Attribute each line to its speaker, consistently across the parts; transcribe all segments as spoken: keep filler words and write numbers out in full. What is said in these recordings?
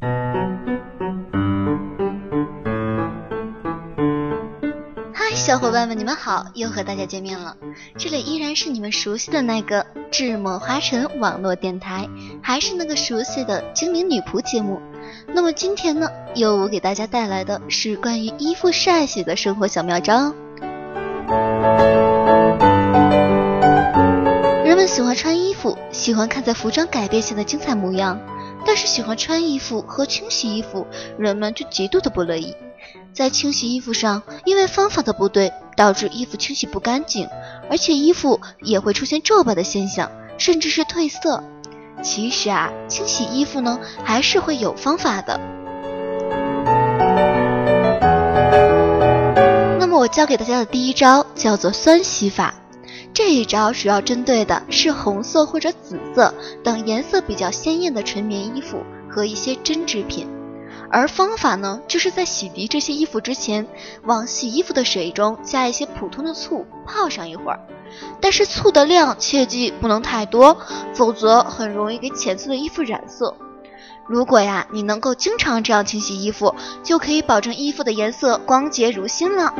Speaker 1: 小伙伴们，你们好，又和大家见面了。这里依然是你们熟悉的那个智墨花城网络电台，还是那个熟悉的精灵女仆节目。那么今天呢，由我给大家带来的是关于衣服晒洗的生活小妙招。人们喜欢穿衣服，喜欢看在服装改变下的精彩模样，但是喜欢穿衣服和清洗衣服，人们就极度的不乐意。在清洗衣服上，因为方法的不对，导致衣服清洗不干净，而且衣服也会出现皱巴的现象，甚至是褪色。其实啊，清洗衣服呢，还是会有方法的。那么我教给大家的第一招叫做酸洗法，这一招主要针对的是红色或者紫色等颜色比较鲜艳的纯棉衣服和一些针织品。而方法呢，就是在洗涤这些衣服之前，往洗衣服的水中加一些普通的醋，泡上一会儿。但是醋的量切记不能太多，否则很容易给浅色的衣服染色。如果呀，你能够经常这样清洗衣服，就可以保证衣服的颜色光洁如新了。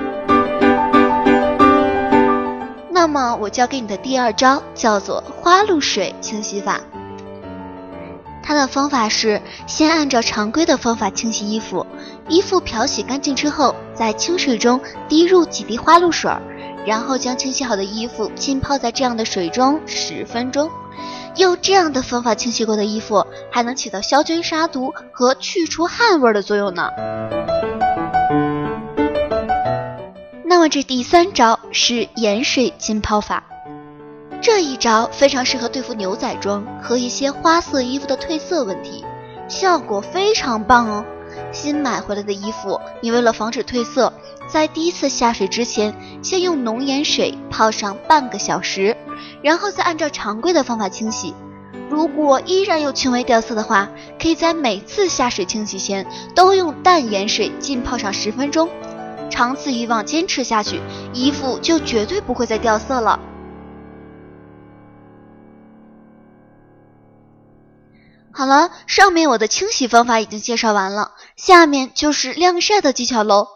Speaker 1: 那么我教给你的第二招叫做花露水清洗法。它的方法是先按照常规的方法清洗衣服，衣服漂洗干净之后，在清水中滴入几滴花露水，然后将清洗好的衣服浸泡在这样的水中十分钟。用这样的方法清洗过的衣服，还能起到消菌杀毒和去除汗味的作用呢。那么这第三招是盐水浸泡法。这一招非常适合对付牛仔装和一些花色衣服的褪色问题，效果非常棒哦。新买回来的衣服，你为了防止褪色，在第一次下水之前，先用浓盐水泡上半个小时，然后再按照常规的方法清洗。如果依然有轻微掉色的话，可以在每次下水清洗前都用淡盐水浸泡上十分钟。长此以往坚持下去，衣服就绝对不会再掉色了。好了，上面我的清洗方法已经介绍完了，下面就是晾晒的技巧喽。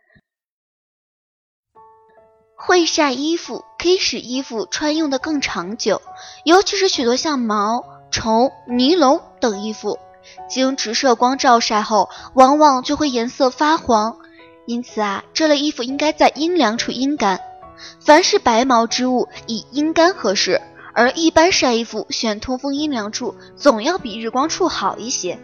Speaker 1: 会晒衣服可以使衣服穿用的更长久，尤其是许多像毛、绸、尼龙等衣服，经直射光照晒后，往往就会颜色发黄。因此啊，这类衣服应该在阴凉处阴干。凡是白毛织物，以阴干合适。而一般晒衣服选通风阴凉处，总要比日光处好一些。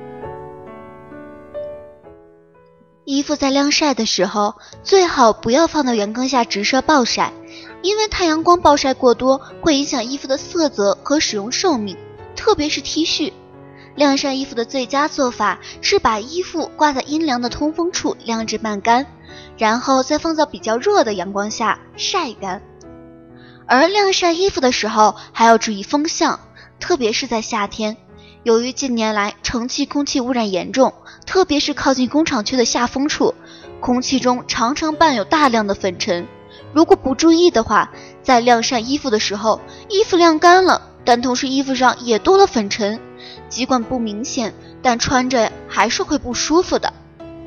Speaker 1: 衣服在晾晒的时候，最好不要放到阳光下直射暴晒，因为太阳光暴晒过多会影响衣服的色泽和使用寿命，特别是 T 恤。晾晒衣服的最佳做法是把衣服挂在阴凉的通风处晾至半干，然后再放到比较弱的阳光下晒干。而晾晒衣服的时候还要注意风向，特别是在夏天。由于近年来城际空气污染严重，特别是靠近工厂区的下风处，空气中常常伴有大量的粉尘。如果不注意的话，在晾晒衣服的时候，衣服晾干了，但同时衣服上也多了粉尘，尽管不明显，但穿着还是会不舒服的。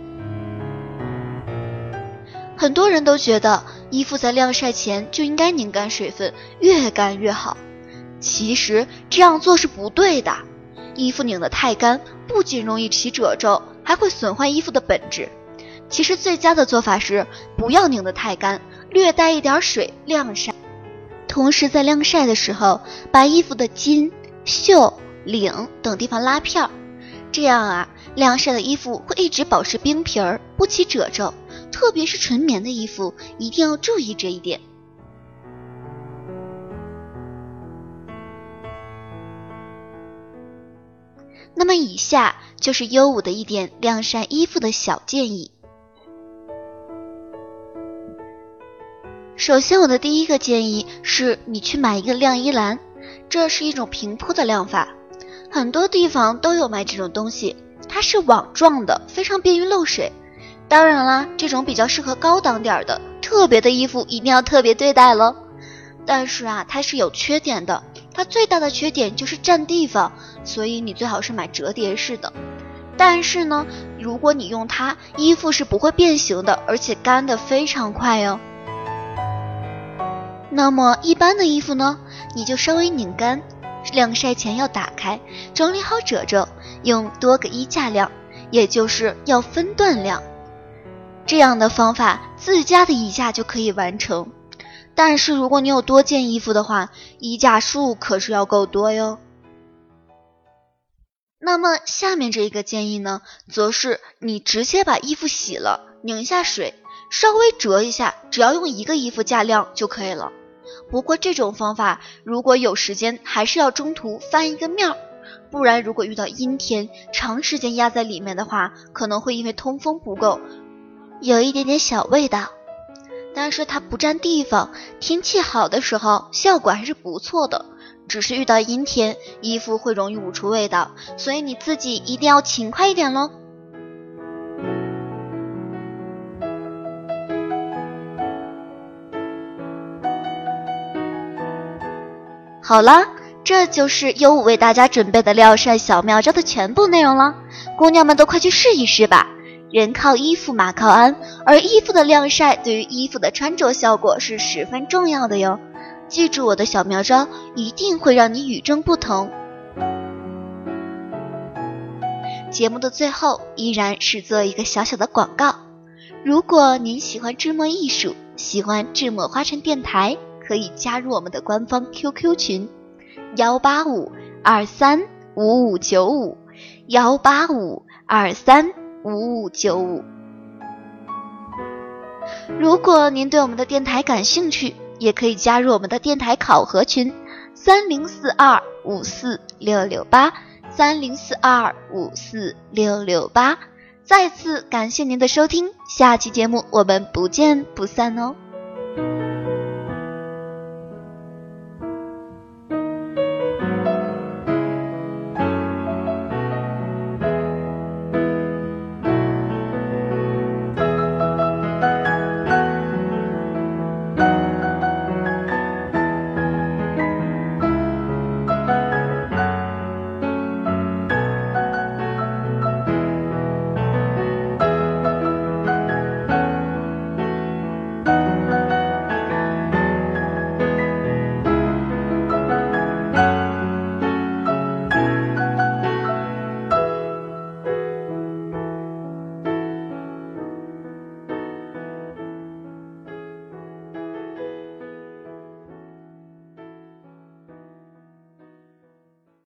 Speaker 1: 很多人都觉得衣服在晾晒前就应该拧干水分，越干越好。其实这样做是不对的，衣服拧得太干，不仅容易起褶皱，还会损坏衣服的本质。其实最佳的做法是不要拧得太干，略带一点水晾晒。同时在晾晒的时候，把衣服的襟、袖、领等地方拉片儿，这样啊，晾晒的衣服会一直保持冰皮儿，不起褶皱。特别是纯棉的衣服，一定要注意这一点。那么以下就是优五的一点晾晒衣服的小建议。首先，我的第一个建议是你去买一个晾衣篮，这是一种平铺的晾法，很多地方都有卖这种东西，它是网状的，非常便于漏水。当然啦，这种比较适合高档点的特别的衣服一定要特别对待了。但是啊，它是有缺点的，它最大的缺点就是占地方，所以你最好是买折叠式的。 但是呢，如果你用它，衣服是不会变形的，而且干得非常快哦。那么一般的衣服呢，你就稍微拧干，晾晒前要打开，整理好褶皱，用多个衣架晾，也就是要分段晾。这样的方法，自家的衣架就可以完成。但是如果你有多件衣服的话，衣架数可是要够多哟。那么下面这一个建议呢，则是你直接把衣服洗了，拧下水，稍微折一下，只要用一个衣服架晾就可以了。不过这种方法如果有时间，还是要中途翻一个面，不然如果遇到阴天，长时间压在里面的话，可能会因为通风不够，有一点点小味道。但是它不占地方，天气好的时候效果还是不错的，只是遇到阴天，衣服会容易捂出味道，所以你自己一定要勤快一点咯。好啦，这就是优五为大家准备的晾晒小妙招的全部内容了，姑娘们都快去试一试吧。人靠衣服，马靠鞍，而衣服的晾晒对于衣服的穿着效果是十分重要的哟。记住我的小妙招，一定会让你与众不同。节目的最后依然是做一个小小的广告，如果您喜欢制墨艺术，喜欢制墨花城电台，可以加入我们的官方 Q Q 群幺八五二三五五九五幺八五二三五五九五。如果您对我们的电台感兴趣，也可以加入我们的电台考核群三零四二五四六六八三零四二五四六六八。再次感谢您的收听，下期节目我们不见不散哦。